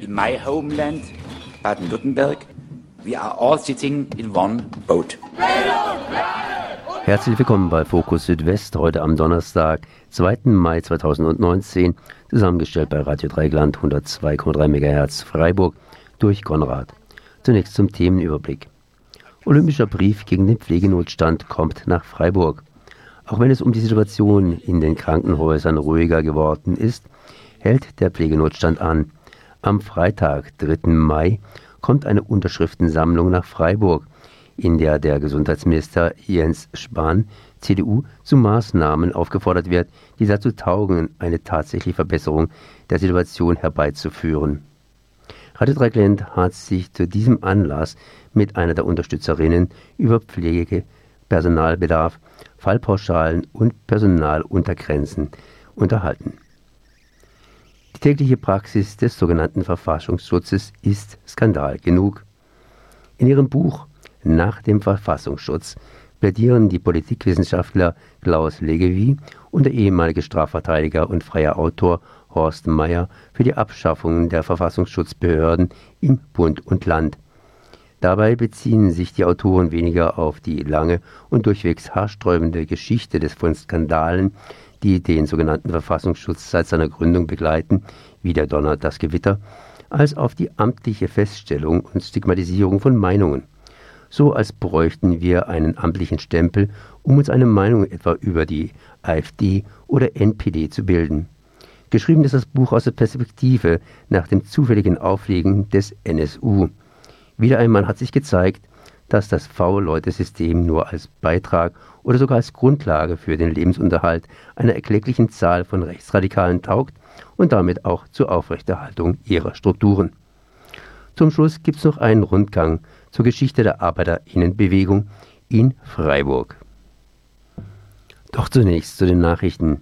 in my homeland, Baden-Württemberg. We are all sitting in one boat. Herzlich willkommen bei Fokus Südwest, heute am Donnerstag, 2. Mai 2019, zusammengestellt bei Radio Dreieckland 102,3 MHz Freiburg durch Konrad. Zunächst zum Themenüberblick. Olympischer Brief gegen den Pflegenotstand kommt nach Freiburg. Auch wenn es um die Situation in den Krankenhäusern ruhiger geworden ist, hält der Pflegenotstand an. Am Freitag, 3. Mai, kommt eine Unterschriftensammlung nach Freiburg, in der der Gesundheitsminister Jens Spahn, CDU, zu Maßnahmen aufgefordert wird, die dazu taugen, eine tatsächliche Verbesserung der Situation herbeizuführen. Radio Dreieckland hat sich zu diesem Anlass mit einer der Unterstützerinnen über Pflege, Personalbedarf, Fallpauschalen und Personaluntergrenzen unterhalten. Die tägliche Praxis des sogenannten Verfassungsschutzes ist Skandal genug. In ihrem Buch Nach dem Verfassungsschutz plädieren die Politikwissenschaftler Klaus Leggevi und der ehemalige Strafverteidiger und freie Autor Horst Meier für die Abschaffung der Verfassungsschutzbehörden in Bund und Land. Dabei beziehen sich die Autoren weniger auf die lange und durchwegs haarsträubende Geschichte von Skandalen, die den sogenannten Verfassungsschutz seit seiner Gründung begleiten, wie der Donner, das Gewitter, als auf die amtliche Feststellung und Stigmatisierung von Meinungen. So als bräuchten wir einen amtlichen Stempel, um uns eine Meinung etwa über die AfD oder NPD zu bilden. Geschrieben ist das Buch aus der Perspektive nach dem zufälligen Auflegen des NSU. Wieder einmal hat sich gezeigt, dass das V-Leute-System nur als Beitrag oder sogar als Grundlage für den Lebensunterhalt einer erklecklichen Zahl von Rechtsradikalen taugt und damit auch zur Aufrechterhaltung ihrer Strukturen. Zum Schluss gibt es noch einen Rundgang zur Geschichte der Arbeiterinnenbewegung in Freiburg. Doch zunächst zu den Nachrichten.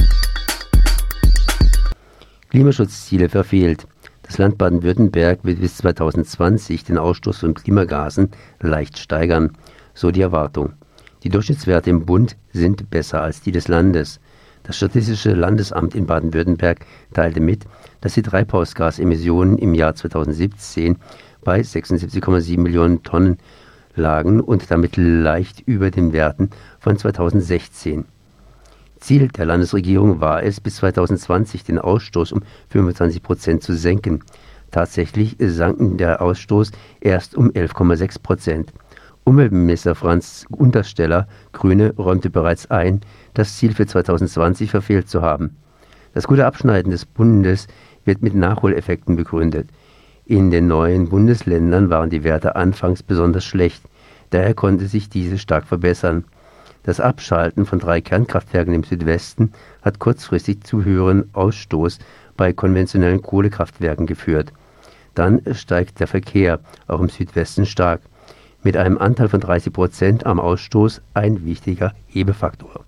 Klimaschutzziele verfehlt. Das Land Baden-Württemberg wird bis 2020 den Ausstoß von Klimagasen leicht steigern, so die Erwartung. Die Durchschnittswerte im Bund sind besser als die des Landes. Das Statistische Landesamt in Baden-Württemberg teilte mit, dass die Treibhausgasemissionen im Jahr 2017 bei 76,7 Millionen Tonnen lagen und damit leicht über den Werten von 2016. Ziel der Landesregierung war es, bis 2020 den Ausstoß um 25% zu senken. Tatsächlich sank der Ausstoß erst um 11,6%. Umweltminister Franz Untersteller, Grüne, räumte bereits ein, das Ziel für 2020 verfehlt zu haben. Das gute Abschneiden des Bundes wird mit Nachholeffekten begründet. In den neuen Bundesländern waren die Werte anfangs besonders schlecht. Daher konnte sich diese stark verbessern. Das Abschalten von 3 Kernkraftwerken im Südwesten hat kurzfristig zu höheren Ausstoß bei konventionellen Kohlekraftwerken geführt. Dann steigt der Verkehr, auch im Südwesten stark, mit einem Anteil von 30% am Ausstoß ein wichtiger Hebefaktor.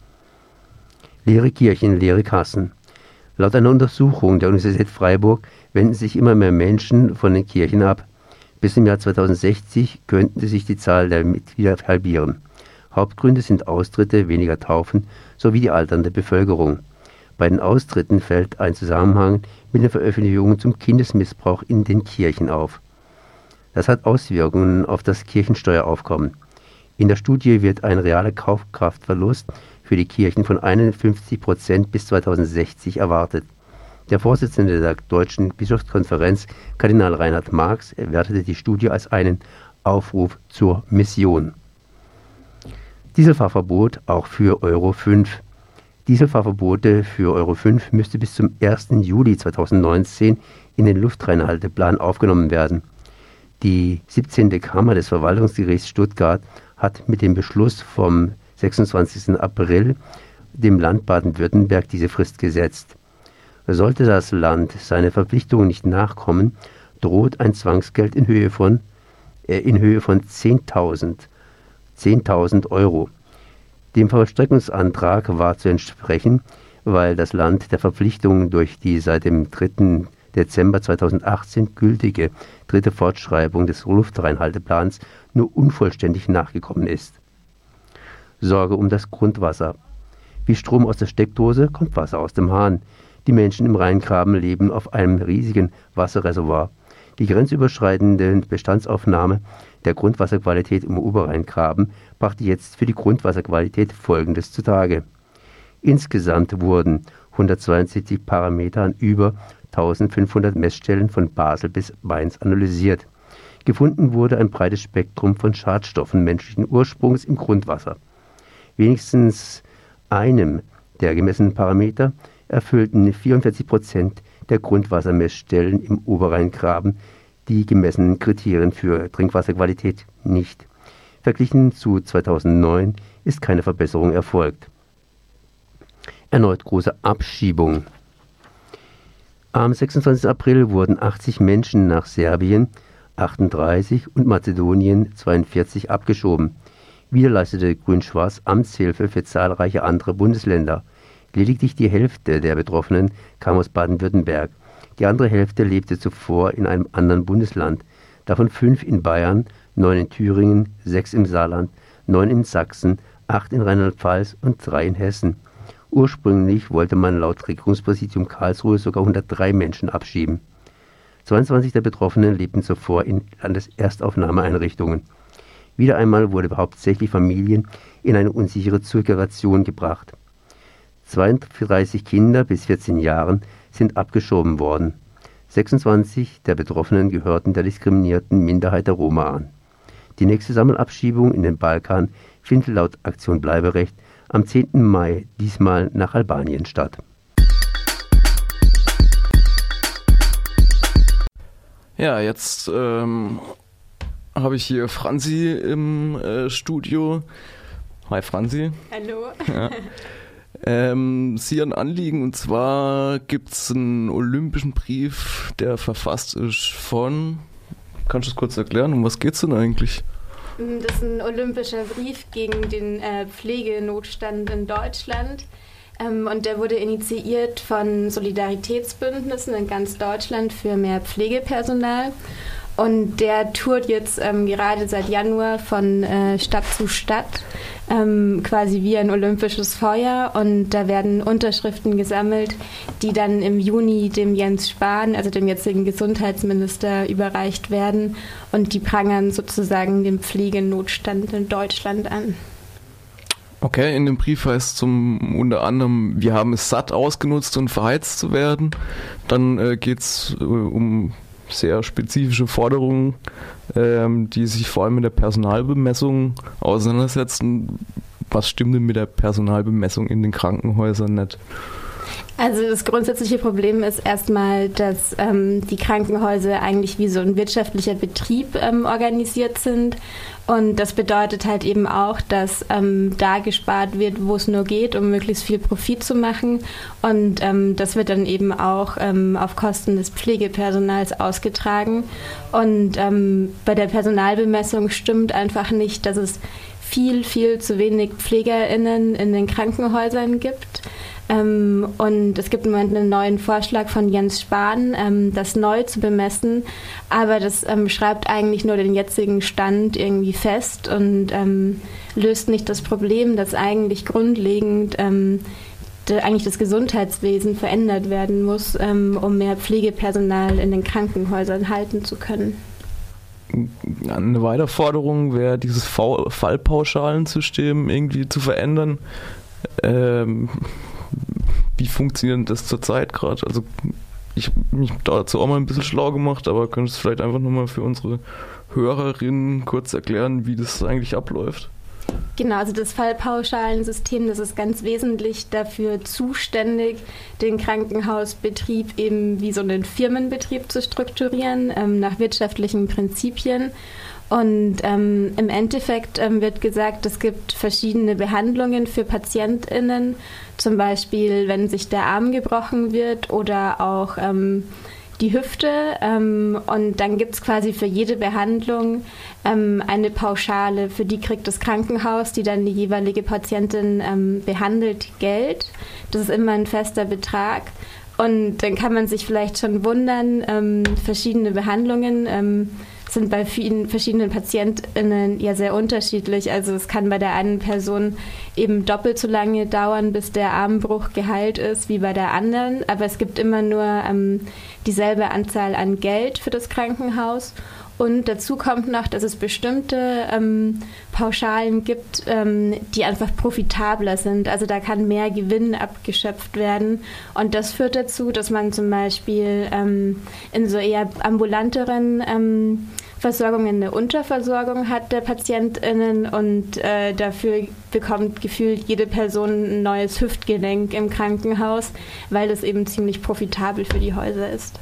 Leere Kirchen, leere Kassen. Laut einer Untersuchung der Universität Freiburg wenden sich immer mehr Menschen von den Kirchen ab. Bis im Jahr 2060 könnte sich die Zahl der Mitglieder halbieren. Hauptgründe sind Austritte, weniger Taufen sowie die alternde Bevölkerung. Bei den Austritten fällt ein Zusammenhang mit den Veröffentlichungen zum Kindesmissbrauch in den Kirchen auf. Das hat Auswirkungen auf das Kirchensteueraufkommen. In der Studie wird ein realer Kaufkraftverlust für die Kirchen von 51% bis 2060 erwartet. Der Vorsitzende der Deutschen Bischofskonferenz, Kardinal Reinhard Marx, wertete die Studie als einen Aufruf zur Mission. Dieselfahrverbot auch für Euro 5. Dieselfahrverbote für Euro 5 müsste bis zum 1. Juli 2019 in den Luftreinhalteplan aufgenommen werden. Die 17. Kammer des Verwaltungsgerichts Stuttgart hat mit dem Beschluss vom 26. April dem Land Baden-Württemberg diese Frist gesetzt. Sollte das Land seine Verpflichtungen nicht nachkommen, droht ein Zwangsgeld in Höhe von 10.000 Euro. Dem Vollstreckungsantrag war zu entsprechen, weil das Land der Verpflichtungen durch die seit dem 3. Dezember 2018 gültige 3. Fortschreibung des Luftreinhalteplans nur unvollständig nachgekommen ist. Sorge um das Grundwasser. Wie Strom aus der Steckdose kommt Wasser aus dem Hahn. Die Menschen im Rheingraben leben auf einem riesigen Wasserreservoir. Die grenzüberschreitende Bestandsaufnahme der Grundwasserqualität im Oberrheingraben brachte jetzt für die Grundwasserqualität Folgendes zutage. Insgesamt wurden 172 Parameter an über 1500 Messstellen von Basel bis Mainz analysiert. Gefunden wurde ein breites Spektrum von Schadstoffen menschlichen Ursprungs im Grundwasser. Wenigstens einem der gemessenen Parameter erfüllten 44% der Grundwassermessstellen im Oberrheingraben die gemessenen Kriterien für Trinkwasserqualität nicht. Verglichen zu 2009 ist keine Verbesserung erfolgt. Erneut große Abschiebung. Am 26. April wurden 80 Menschen nach Serbien, 38 und Mazedonien 42 abgeschoben. Wieder leistete Grün-Schwarz Amtshilfe für zahlreiche andere Bundesländer. Lediglich die Hälfte der Betroffenen kam aus Baden-Württemberg. Die andere Hälfte lebte zuvor in einem anderen Bundesland, davon 5 in Bayern, 9 in Thüringen, 6 im Saarland, 9 in Sachsen, 8 in Rheinland-Pfalz und 3 in Hessen. Ursprünglich wollte man laut Regierungspräsidium Karlsruhe sogar 103 Menschen abschieben. 22 der Betroffenen lebten zuvor in Landeserstaufnahmeeinrichtungen. Wieder einmal wurde hauptsächlich Familien in eine unsichere Zirkulation gebracht. 32 Kinder bis 14 Jahren sind abgeschoben worden. 26 der Betroffenen gehörten der diskriminierten Minderheit der Roma an. Die nächste Sammelabschiebung in den Balkan findet laut Aktion Bleiberecht am 10. Mai diesmal nach Albanien statt. Ja, jetzt habe ich hier Franzi im Studio. Hi Franzi. Hallo. Ja. Sie ein Anliegen, und zwar gibt es einen olympischen Brief, der verfasst ist von, kannst du das kurz erklären, um was geht es denn eigentlich? Das ist ein olympischer Brief gegen den Pflegenotstand in Deutschland. Und der wurde initiiert von Solidaritätsbündnissen in ganz Deutschland für mehr Pflegepersonal. Und der tourt jetzt gerade seit Januar von Stadt zu Stadt, quasi wie ein olympisches Feuer. Und da werden Unterschriften gesammelt, die dann im Juni dem Jens Spahn, also dem jetzigen Gesundheitsminister, überreicht werden. Und die prangern sozusagen den Pflegenotstand in Deutschland an. Okay, in dem Brief heißt es unter anderem, wir haben es satt, ausgenutzt und verheizt zu werden. Dann geht es um sehr spezifische Forderungen, die sich vor allem mit der Personalbemessung auseinandersetzen. Was stimmt denn mit der Personalbemessung in den Krankenhäusern nicht? Also das grundsätzliche Problem ist erstmal, dass die Krankenhäuser eigentlich wie so ein wirtschaftlicher Betrieb organisiert sind. Und das bedeutet halt eben auch, dass da gespart wird, wo es nur geht, um möglichst viel Profit zu machen. Und das wird dann eben auch auf Kosten des Pflegepersonals ausgetragen. Und bei der Personalbemessung stimmt einfach nicht, dass es viel zu wenig PflegerInnen in den Krankenhäusern gibt. Und es gibt im Moment einen neuen Vorschlag von Jens Spahn, das neu zu bemessen, aber das schreibt eigentlich nur den jetzigen Stand irgendwie fest und löst nicht das Problem, dass eigentlich grundlegend eigentlich das Gesundheitswesen verändert werden muss, um mehr Pflegepersonal in den Krankenhäusern halten zu können. Eine Weiterforderung wäre, dieses Fallpauschalensystem irgendwie zu verändern. Wie funktioniert das zurzeit gerade? Also ich habe mich dazu auch mal ein bisschen schlau gemacht, aber könntest du vielleicht einfach nochmal für unsere Hörerinnen kurz erklären, wie das eigentlich abläuft? Genau, also das Fallpauschalensystem, das ist ganz wesentlich dafür zuständig, den Krankenhausbetrieb eben wie so einen Firmenbetrieb zu strukturieren, nach wirtschaftlichen Prinzipien. Und im Endeffekt wird gesagt, es gibt verschiedene Behandlungen für PatientInnen, zum Beispiel, wenn sich der Arm gebrochen wird oder auch die Hüfte. Und dann gibt es quasi für jede Behandlung eine Pauschale, für die kriegt das Krankenhaus, die dann die jeweilige Patientin behandelt, Geld. Das ist immer ein fester Betrag. Und dann kann man sich vielleicht schon wundern, verschiedene Behandlungen sind bei vielen verschiedenen PatientInnen ja sehr unterschiedlich. Also es kann bei der einen Person eben doppelt so lange dauern, bis der Armbruch geheilt ist, wie bei der anderen. Aber es gibt immer nur dieselbe Anzahl an Geld für das Krankenhaus. Und dazu kommt noch, dass es bestimmte Pauschalen gibt, die einfach profitabler sind. Also da kann mehr Gewinn abgeschöpft werden. Und das führt dazu, dass man zum Beispiel in so eher ambulanteren Versorgungen eine Unterversorgung hat der PatientInnen und dafür bekommt gefühlt jede Person ein neues Hüftgelenk im Krankenhaus, weil das eben ziemlich profitabel für die Häuser ist.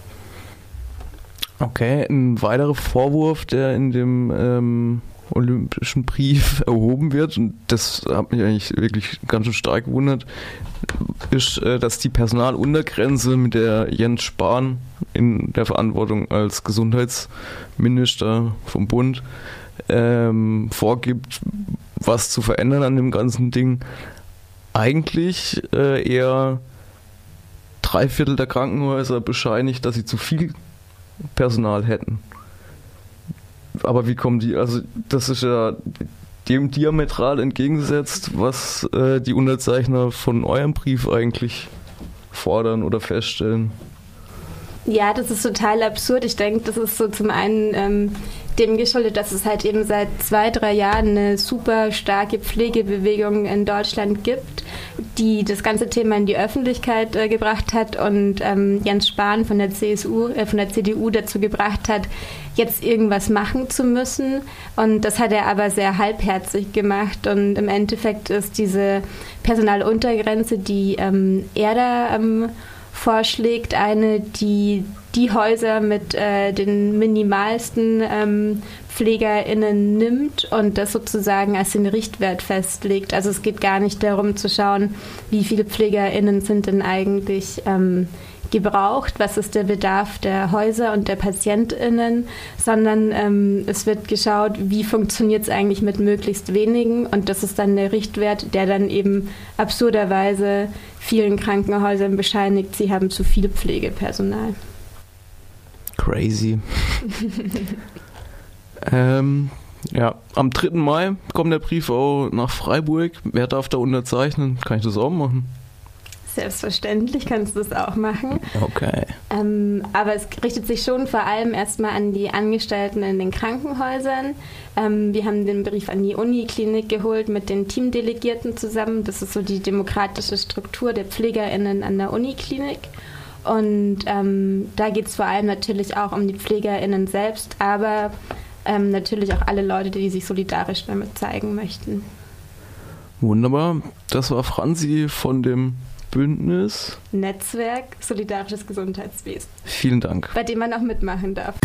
Okay, ein weiterer Vorwurf, der in dem Olympischen Brief erhoben wird, und das hat mich eigentlich wirklich ganz schön stark gewundert, ist, dass die Personaluntergrenze, mit der Jens Spahn in der Verantwortung als Gesundheitsminister vom Bund vorgibt, was zu verändern an dem ganzen Ding, eigentlich eher 3/4 der Krankenhäuser bescheinigt, dass sie zu viel Personal hätten. Aber wie kommen die? Also das ist ja dem diametral entgegengesetzt, was die Unterzeichner von eurem Brief eigentlich fordern oder feststellen. Ja, das ist total absurd. Ich denke, das ist so zum einen dem geschuldet, dass es halt eben seit 2-3 Jahren eine super starke Pflegebewegung in Deutschland gibt, die das ganze Thema in die Öffentlichkeit gebracht hat und Jens Spahn von der CDU dazu gebracht hat, jetzt irgendwas machen zu müssen. Und das hat er aber sehr halbherzig gemacht. Und im Endeffekt ist diese Personaluntergrenze, die er da vorschlägt, eine, die Häuser mit den minimalsten PflegerInnen nimmt und das sozusagen als den Richtwert festlegt. Also es geht gar nicht darum zu schauen, wie viele PflegerInnen sind denn eigentlich gebraucht, was ist der Bedarf der Häuser und der PatientInnen, sondern es wird geschaut, wie funktioniert es eigentlich mit möglichst wenigen, und das ist dann der Richtwert, der dann eben absurderweise vielen Krankenhäusern bescheinigt, sie haben zu viel Pflegepersonal. Crazy. Ja, am 3. Mai kommt der Brief auch nach Freiburg. Wer darf da unterzeichnen? Kann ich das auch machen? Selbstverständlich kannst du das auch machen. Okay. Aber es richtet sich schon vor allem erstmal an die Angestellten in den Krankenhäusern. Wir haben den Brief an die Uniklinik geholt mit den Teamdelegierten zusammen. Das ist so die demokratische Struktur der PflegerInnen an der Uniklinik. Und da geht es vor allem natürlich auch um die PflegerInnen selbst, aber natürlich auch alle Leute, die sich solidarisch damit zeigen möchten. Wunderbar. Das war Franzi von dem Bündnis Netzwerk Solidarisches Gesundheitswesen. Vielen Dank. Bei dem man auch mitmachen darf.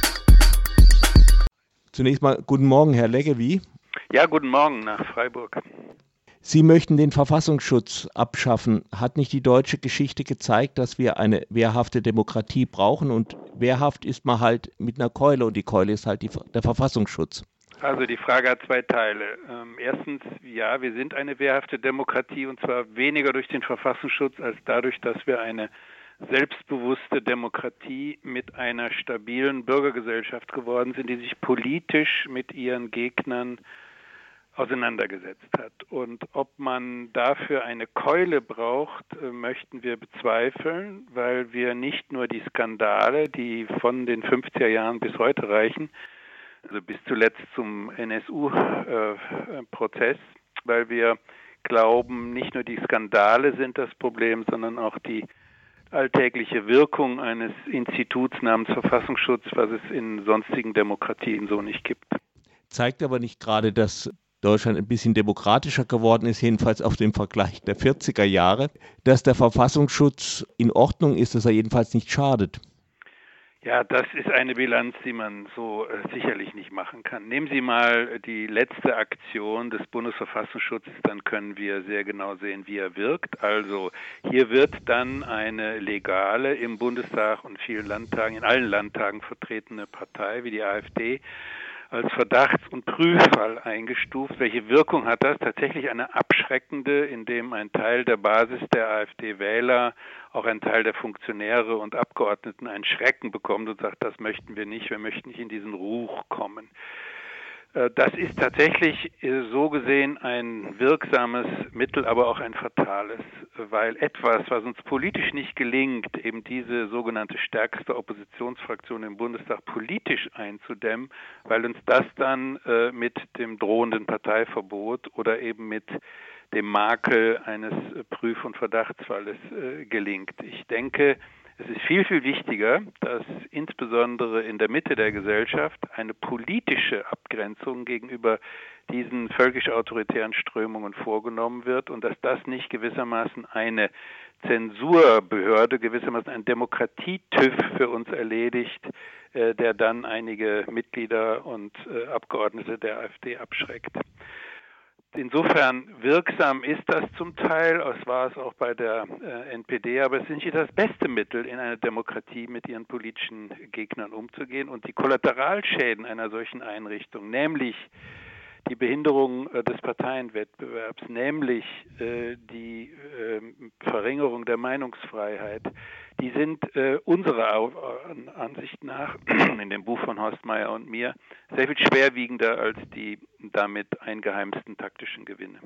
Zunächst mal guten Morgen, Herr Leggevi. Ja, guten Morgen nach Freiburg. Sie möchten den Verfassungsschutz abschaffen. Hat nicht die deutsche Geschichte gezeigt, dass wir eine wehrhafte Demokratie brauchen? Und wehrhaft ist man halt mit einer Keule, und die Keule ist halt der Verfassungsschutz. Also die Frage hat 2 Teile. Erstens, ja, wir sind eine wehrhafte Demokratie, und zwar weniger durch den Verfassungsschutz als dadurch, dass wir eine selbstbewusste Demokratie mit einer stabilen Bürgergesellschaft geworden sind, die sich politisch mit ihren Gegnern auseinandergesetzt hat. Und ob man dafür eine Keule braucht, möchten wir bezweifeln, weil wir nicht nur die Skandale, die von den 50er Jahren bis heute reichen, also bis zuletzt zum NSU-Prozess, weil wir glauben, nicht nur die Skandale sind das Problem, sondern auch die alltägliche Wirkung eines Instituts namens Verfassungsschutz, was es in sonstigen Demokratien so nicht gibt. Zeigt aber nicht gerade, dass Deutschland ein bisschen demokratischer geworden ist, jedenfalls auf dem Vergleich der 40er Jahre, dass der Verfassungsschutz in Ordnung ist, dass er jedenfalls nicht schadet. Ja, das ist eine Bilanz, die man so sicherlich nicht machen kann. Nehmen Sie mal die letzte Aktion des Bundesverfassungsschutzes, dann können wir sehr genau sehen, wie er wirkt. Also hier wird dann eine legale, im Bundestag und vielen Landtagen, in allen Landtagen vertretene Partei wie die AfD als Verdachts- und Prüffall eingestuft. Welche Wirkung hat das? Tatsächlich eine abschreckende, indem ein Teil der Basis der AfD-Wähler, auch ein Teil der Funktionäre und Abgeordneten einen Schrecken bekommt und sagt, das möchten wir nicht möchten nicht in diesen Ruch kommen. Das ist tatsächlich so gesehen ein wirksames Mittel, aber auch ein fatales, weil etwas, was uns politisch nicht gelingt, eben diese sogenannte stärkste Oppositionsfraktion im Bundestag politisch einzudämmen, weil uns das dann mit dem drohenden Parteiverbot oder eben mit dem Makel eines Prüf- und Verdachtsfalles gelingt. Ich denke, es ist viel, viel wichtiger, dass insbesondere in der Mitte der Gesellschaft eine politische Abgrenzung gegenüber diesen völkisch-autoritären Strömungen vorgenommen wird und dass das nicht gewissermaßen eine Zensurbehörde, gewissermaßen ein Demokratie-TÜV für uns erledigt, der dann einige Mitglieder und Abgeordnete der AfD abschreckt. Insofern wirksam ist das zum Teil, es war es auch bei der NPD, aber es ist nicht das beste Mittel, in einer Demokratie mit ihren politischen Gegnern umzugehen. Und die Kollateralschäden einer solchen Einrichtung, nämlich die Behinderung des Parteienwettbewerbs, nämlich die Verringerung der Meinungsfreiheit, die sind unserer Ansicht nach in dem Buch von Horst Meier und mir sehr viel schwerwiegender als die damit eingeheimsten taktischen Gewinne.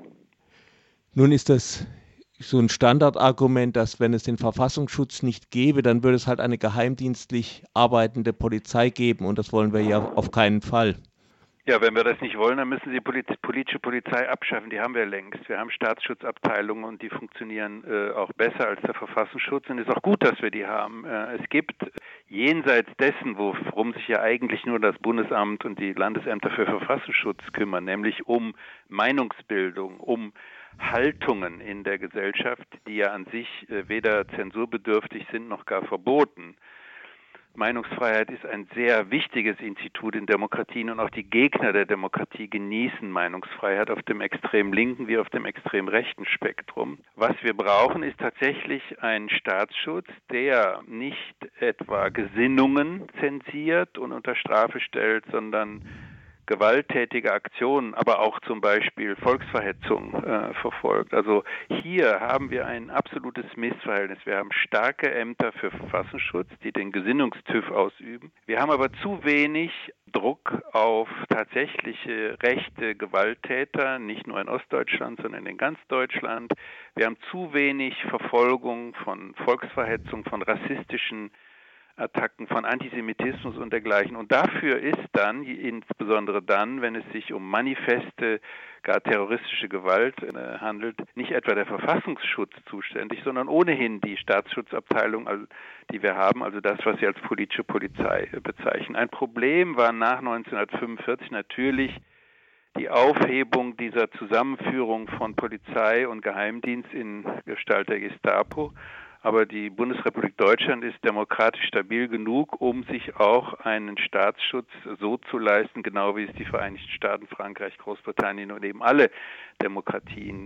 Nun ist das so ein Standardargument, dass wenn es den Verfassungsschutz nicht gäbe, dann würde es halt eine geheimdienstlich arbeitende Polizei geben und das wollen wir ja auf keinen Fall. Ja, wenn wir das nicht wollen, dann müssen Sie die politische Polizei abschaffen. Die haben wir längst. Wir haben Staatsschutzabteilungen und die funktionieren auch besser als der Verfassungsschutz. Und es ist auch gut, dass wir die haben. Es gibt jenseits dessen, worum sich ja eigentlich nur das Bundesamt und die Landesämter für Verfassungsschutz kümmern, nämlich um Meinungsbildung, um Haltungen in der Gesellschaft, die ja an sich weder zensurbedürftig sind noch gar verboten. Meinungsfreiheit ist ein sehr wichtiges Institut in Demokratien und auch die Gegner der Demokratie genießen Meinungsfreiheit auf dem extrem linken wie auf dem extrem rechten Spektrum. Was wir brauchen, ist tatsächlich ein Staatsschutz, der nicht etwa Gesinnungen zensiert und unter Strafe stellt, sondern gewalttätige Aktionen, aber auch zum Beispiel Volksverhetzung verfolgt. Also hier haben wir ein absolutes Missverhältnis. Wir haben starke Ämter für Verfassungsschutz, die den Gesinnungstüv ausüben. Wir haben aber zu wenig Druck auf tatsächliche rechte Gewalttäter, nicht nur in Ostdeutschland, sondern in ganz Deutschland. Wir haben zu wenig Verfolgung von Volksverhetzung, von rassistischen Attacken, von Antisemitismus und dergleichen. Und dafür ist dann, insbesondere dann, wenn es sich um manifeste, gar terroristische Gewalt handelt, nicht etwa der Verfassungsschutz zuständig, sondern ohnehin die Staatsschutzabteilung, die wir haben, also das, was Sie als politische Polizei bezeichnen. Ein Problem war nach 1945 natürlich die Aufhebung dieser Zusammenführung von Polizei und Geheimdienst in Gestalt der Gestapo. Aber die Bundesrepublik Deutschland ist demokratisch stabil genug, um sich auch einen Staatsschutz so zu leisten, genau wie es die Vereinigten Staaten, Frankreich, Großbritannien und eben alle Demokratien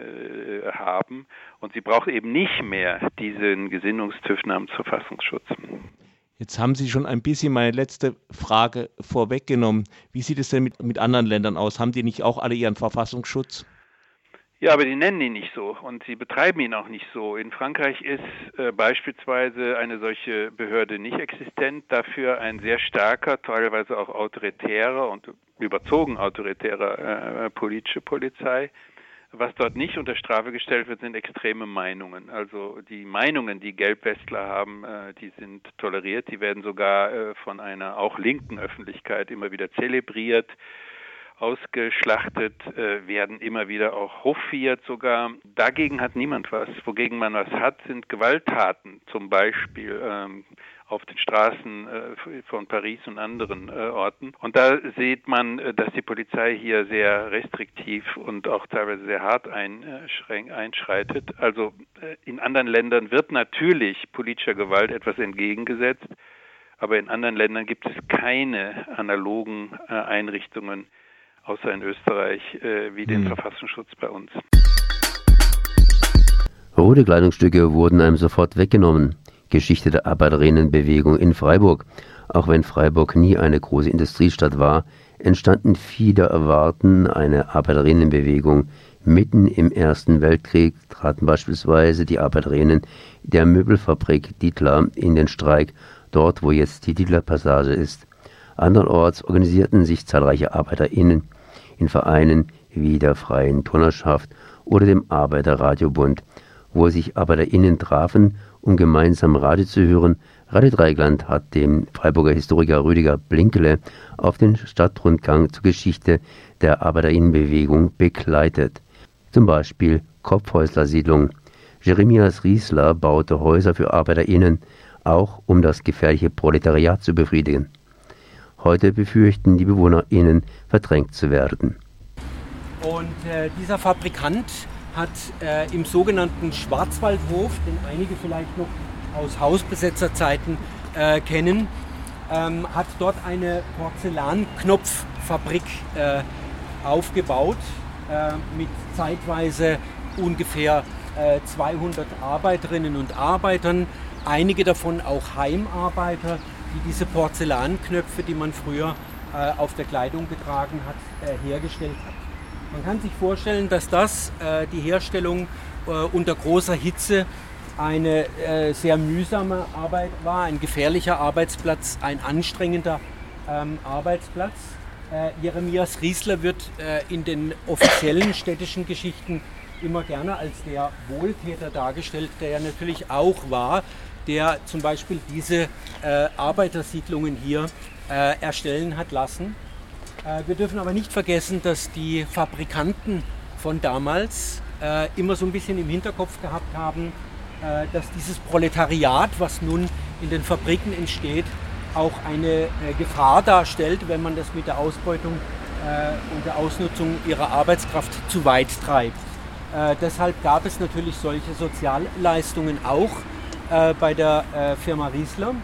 haben. Und sie braucht eben nicht mehr diesen Gesinnungstüv namens Verfassungsschutz. Jetzt haben Sie schon ein bisschen meine letzte Frage vorweggenommen. Wie sieht es denn mit anderen Ländern aus? Haben die nicht auch alle ihren Verfassungsschutz? Ja, aber die nennen ihn nicht so und sie betreiben ihn auch nicht so. In Frankreich ist beispielsweise eine solche Behörde nicht existent, dafür ein sehr starker, teilweise auch autoritärer und überzogen autoritärer politische Polizei. Was dort nicht unter Strafe gestellt wird, sind extreme Meinungen. Also die Meinungen, die Gelbwestler haben, die sind toleriert, die werden sogar von einer auch linken Öffentlichkeit immer wieder zelebriert, ausgeschlachtet, werden immer wieder auch hofiert sogar. Dagegen hat niemand was. Wogegen man was hat, sind Gewalttaten, zum Beispiel auf den Straßen von Paris und anderen Orten. Und da sieht man, dass die Polizei hier sehr restriktiv und auch teilweise sehr hart einschreitet. Also in anderen Ländern wird natürlich politischer Gewalt etwas entgegengesetzt, aber in anderen Ländern gibt es keine analogen Einrichtungen, außer in Österreich, wie den Verfassungsschutz bei uns. Rote Kleidungsstücke wurden einem sofort weggenommen. Geschichte der Arbeiterinnenbewegung in Freiburg. Auch wenn Freiburg nie eine große Industriestadt war, entstanden viele Erwarten eine Arbeiterinnenbewegung. Mitten im Ersten Weltkrieg traten beispielsweise die Arbeiterinnen der Möbelfabrik Dietler in den Streik, dort wo jetzt die Dietler Passage ist. Andernorts organisierten sich zahlreiche ArbeiterInnen in Vereinen wie der Freien Turnerschaft oder dem Arbeiterradiobund, wo sich ArbeiterInnen trafen, um gemeinsam Radio zu hören. Radio Dreieckland hat den Freiburger Historiker Rüdiger Blinkele auf den Stadtrundgang zur Geschichte der ArbeiterInnenbewegung begleitet. Zum Beispiel Kopfhäuslersiedlung. Jeremias Riesler baute Häuser für ArbeiterInnen, auch um das gefährliche Proletariat zu befriedigen. Heute befürchten die BewohnerInnen, verdrängt zu werden. Und dieser Fabrikant hat im sogenannten Schwarzwaldhof, den einige vielleicht noch aus Hausbesetzerzeiten kennen, hat dort eine Porzellanknopffabrik aufgebaut mit zeitweise ungefähr 200 Arbeiterinnen und Arbeitern, einige davon auch Heimarbeiter, die diese Porzellanknöpfe, die man früher auf der Kleidung getragen hat, hergestellt hat. Man kann sich vorstellen, dass das die Herstellung unter großer Hitze eine sehr mühsame Arbeit war, ein gefährlicher Arbeitsplatz, ein anstrengender Arbeitsplatz. Jeremias Riesler wird in den offiziellen städtischen Geschichten immer gerne als der Wohltäter dargestellt, der ja natürlich auch war, der zum Beispiel diese Arbeitersiedlungen hier erstellen hat lassen. Wir dürfen aber nicht vergessen, dass die Fabrikanten von damals immer so ein bisschen im Hinterkopf gehabt haben, dass dieses Proletariat, was nun in den Fabriken entsteht, auch eine Gefahr darstellt, wenn man das mit der Ausbeutung und der Ausnutzung ihrer Arbeitskraft zu weit treibt. Deshalb gab es natürlich solche Sozialleistungen auch bei der Firma Riesler.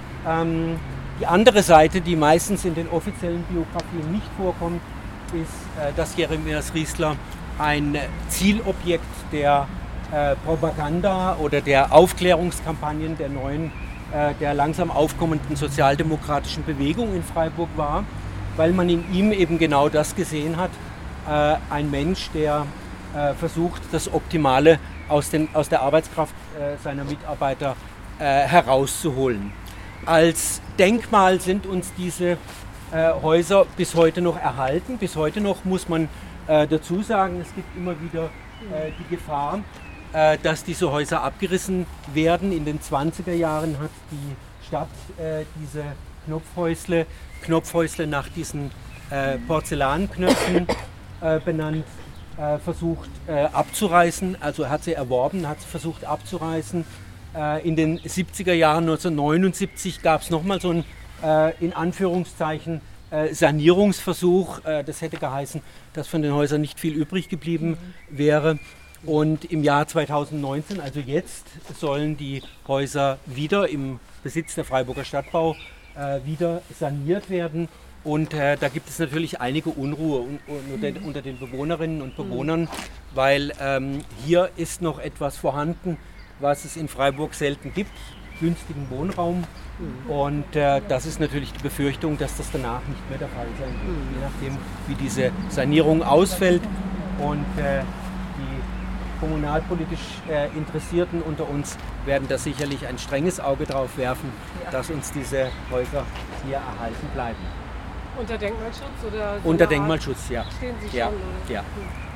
Die andere Seite, die meistens in den offiziellen Biografien nicht vorkommt, ist, dass Jeremias Riesler ein Zielobjekt der Propaganda oder der Aufklärungskampagnen der langsam aufkommenden sozialdemokratischen Bewegung in Freiburg war, weil man in ihm eben genau das gesehen hat, ein Mensch, der versucht, das Optimale aus der Arbeitskraft seiner Mitarbeiter herauszuholen. Als Denkmal sind uns diese Häuser bis heute noch erhalten. Bis heute noch muss man dazu sagen, es gibt immer wieder die Gefahr, dass diese Häuser abgerissen werden. In den 20er Jahren hat die Stadt diese Knopfhäusle nach diesen Porzellanknöpfen benannt, versucht abzureißen, also hat sie erworben, hat sie versucht abzureißen. In den 70er Jahren, 1979, gab es nochmal so einen, in Anführungszeichen, Sanierungsversuch. Das hätte geheißen, dass von den Häusern nicht viel übrig geblieben wäre. Und im Jahr 2019, also jetzt, sollen die Häuser wieder im Besitz der Freiburger Stadtbau wieder saniert werden. Und da gibt es natürlich einige Unruhe unter den Bewohnerinnen und Bewohnern, weil hier ist noch etwas vorhanden, was es in Freiburg selten gibt, günstigen Wohnraum. Und das ist natürlich die Befürchtung, dass das danach nicht mehr der Fall sein wird, je nachdem, wie diese Sanierung ausfällt. Und die kommunalpolitisch Interessierten unter uns werden da sicherlich ein strenges Auge drauf werfen, dass uns diese Häuser hier erhalten bleiben. Unter Denkmalschutz oder? So unter Denkmalschutz, ja. Stehen Sie ja. schon, oder? Ja.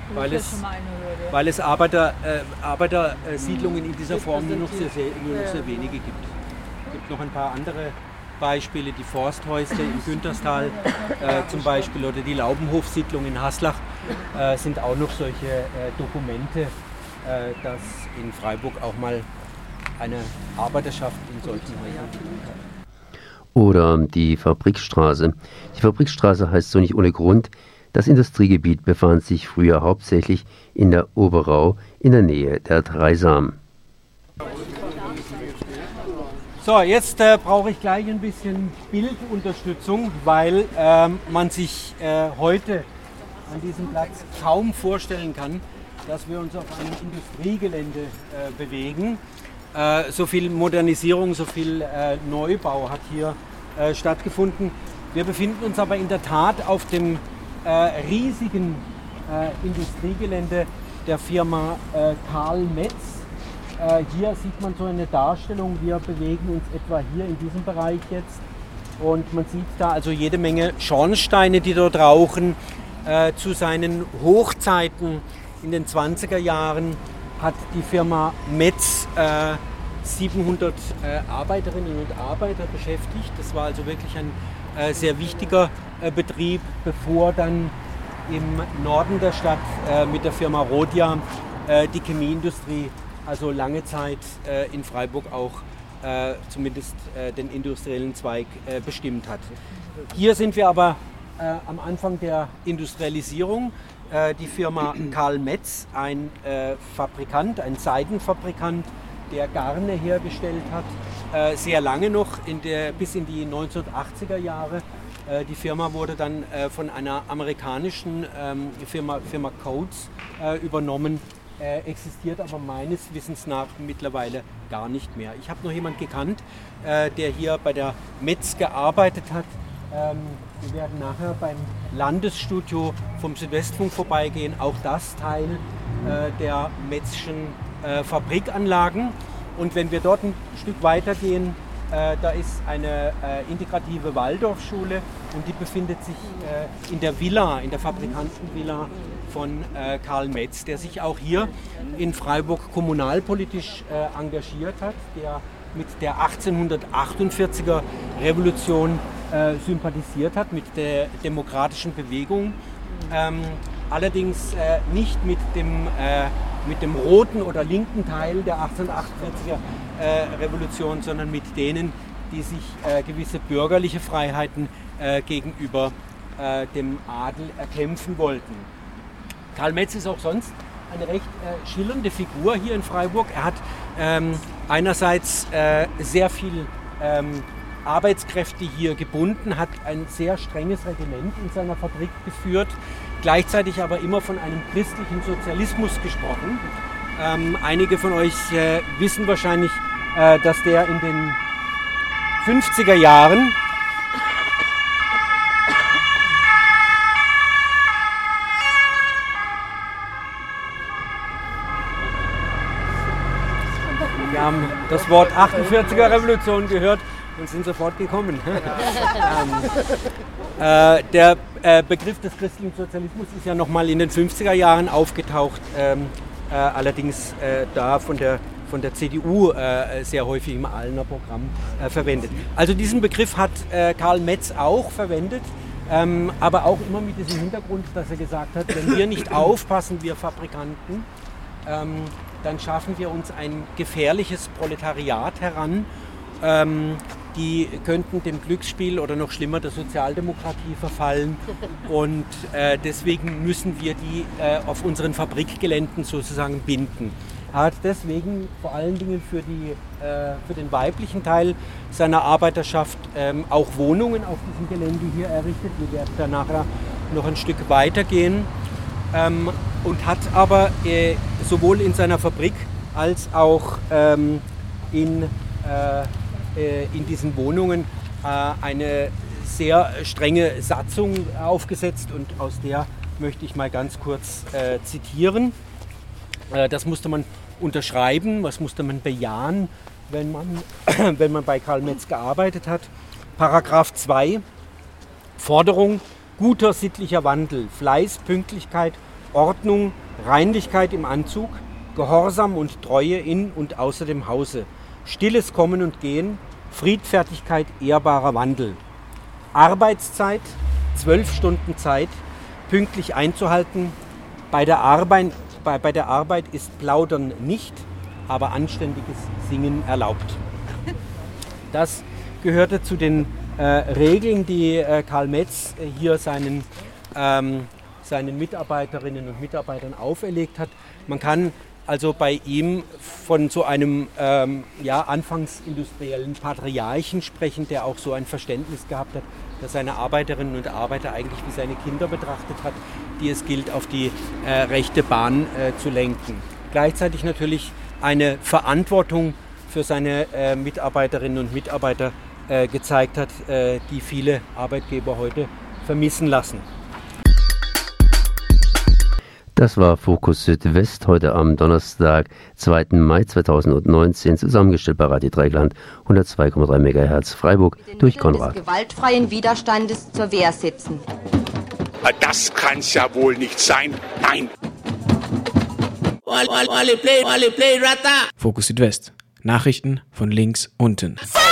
Hm. Weil es Arbeitersiedlungen in dieser Form nur noch sehr wenige gibt. Es gibt noch ein paar andere Beispiele, die Forsthäusle im Günterstal zum Beispiel oder die Laubenhofsiedlung in Haslach sind auch noch solche Dokumente, dass in Freiburg auch mal eine Arbeiterschaft in solchen Häusern gibt. Oder die Fabrikstraße. Die Fabrikstraße heißt so nicht ohne Grund. Das Industriegebiet befand sich früher hauptsächlich in der Oberau in der Nähe der Dreisam. So, jetzt brauche ich gleich ein bisschen Bildunterstützung, weil man sich heute an diesem Platz kaum vorstellen kann, dass wir uns auf einem Industriegelände bewegen. So viel Modernisierung, so viel Neubau hat hier stattgefunden. Wir befinden uns aber in der Tat auf dem riesigen Industriegelände der Firma Karl Metz. Hier sieht man so eine Darstellung, wir bewegen uns etwa hier in diesem Bereich jetzt und man sieht da also jede Menge Schornsteine, die dort rauchen. Zu seinen Hochzeiten in den 20er Jahren hat die Firma Metz 700 Arbeiterinnen und Arbeiter beschäftigt. Das war also wirklich ein sehr wichtiger Betrieb, bevor dann im Norden der Stadt mit der Firma Rhodia die Chemieindustrie also lange Zeit in Freiburg auch zumindest den industriellen Zweig bestimmt hat. Hier sind wir aber am Anfang der Industrialisierung. Die Firma Karl Metz, ein Fabrikant, ein Seidenfabrikant, der Garne hergestellt hat, sehr lange noch, bis in die 1980er Jahre. Die Firma wurde dann von einer amerikanischen Firma Coates übernommen, existiert aber meines Wissens nach mittlerweile gar nicht mehr. Ich habe noch jemanden gekannt, der hier bei der Metz gearbeitet hat. Wir werden nachher beim Landesstudio vom Südwestfunk vorbeigehen, auch das Teil der Metzschen Fabrikanlagen. Und wenn wir dort ein Stück weiter gehen, da ist eine integrative Waldorfschule und die befindet sich in der Villa, in der Fabrikantenvilla von Karl Metz, der sich auch hier in Freiburg kommunalpolitisch engagiert hat, der mit der 1848er Revolution sympathisiert hat, mit der demokratischen Bewegung, allerdings nicht mit dem roten oder linken Teil der 1848er Revolution, sondern mit denen, die sich gewisse bürgerliche Freiheiten gegenüber dem Adel erkämpfen wollten. Karl Metz ist auch sonst eine recht schillernde Figur hier in Freiburg. Er hat einerseits sehr viel Arbeitskräfte hier gebunden, hat ein sehr strenges Regiment in seiner Fabrik geführt, gleichzeitig aber immer von einem christlichen Sozialismus gesprochen. Einige von euch wissen wahrscheinlich, dass der in den 50er Jahren wir haben das Wort 48er Revolution gehört und sind sofort gekommen. Der Begriff des christlichen Sozialismus ist ja nochmal in den 50er Jahren aufgetaucht, allerdings da von der CDU sehr häufig im Ahlener Programm verwendet. Also diesen Begriff hat Karl Metz auch verwendet, aber auch immer mit diesem Hintergrund, dass er gesagt hat, wenn wir nicht aufpassen, wir Fabrikanten, dann schaffen wir uns ein gefährliches Proletariat heran. Die könnten dem Glücksspiel oder noch schlimmer der Sozialdemokratie verfallen und deswegen müssen wir die auf unseren Fabrikgeländen sozusagen binden. Er hat deswegen vor allen Dingen für den weiblichen Teil seiner Arbeiterschaft auch Wohnungen auf diesem Gelände hier errichtet. Wir werden da nachher noch ein Stück weiter gehen. Und hat aber sowohl in seiner Fabrik als auch in diesen Wohnungen eine sehr strenge Satzung aufgesetzt und aus der möchte ich mal ganz kurz zitieren. Das musste man unterschreiben, was musste man bejahen, wenn man bei Karl Metz gearbeitet hat. Paragraph 2, Forderung: guter sittlicher Wandel, Fleiß, Pünktlichkeit, Ordnung, Reinlichkeit im Anzug, Gehorsam und Treue in und außer dem Hause, stilles Kommen und Gehen, Friedfertigkeit, ehrbarer Wandel. Arbeitszeit, 12 Stunden Zeit, pünktlich einzuhalten. Bei der Arbeit ist Plaudern nicht, aber anständiges Singen erlaubt. Das gehörte zu den Regeln, die Karl Metz hier seinen Mitarbeiterinnen und Mitarbeitern auferlegt hat. Man kann also bei ihm von so einem anfangs industriellen Patriarchen sprechen, der auch so ein Verständnis gehabt hat, dass seine Arbeiterinnen und Arbeiter eigentlich wie seine Kinder betrachtet hat, die es gilt, auf die rechte Bahn zu lenken. Gleichzeitig natürlich eine Verantwortung für seine Mitarbeiterinnen und Mitarbeiter gezeigt hat, die viele Arbeitgeber heute vermissen lassen. Das war Fokus Südwest heute am Donnerstag, 2. Mai 2019, zusammengestellt bei Radio Dreieckland 102,3 MHz Freiburg durch Konrad. Des gewaltfreien Widerstandes zur Wehr setzen. Das kann's ja wohl nicht sein. Nein. Fokus Südwest. Nachrichten von links unten.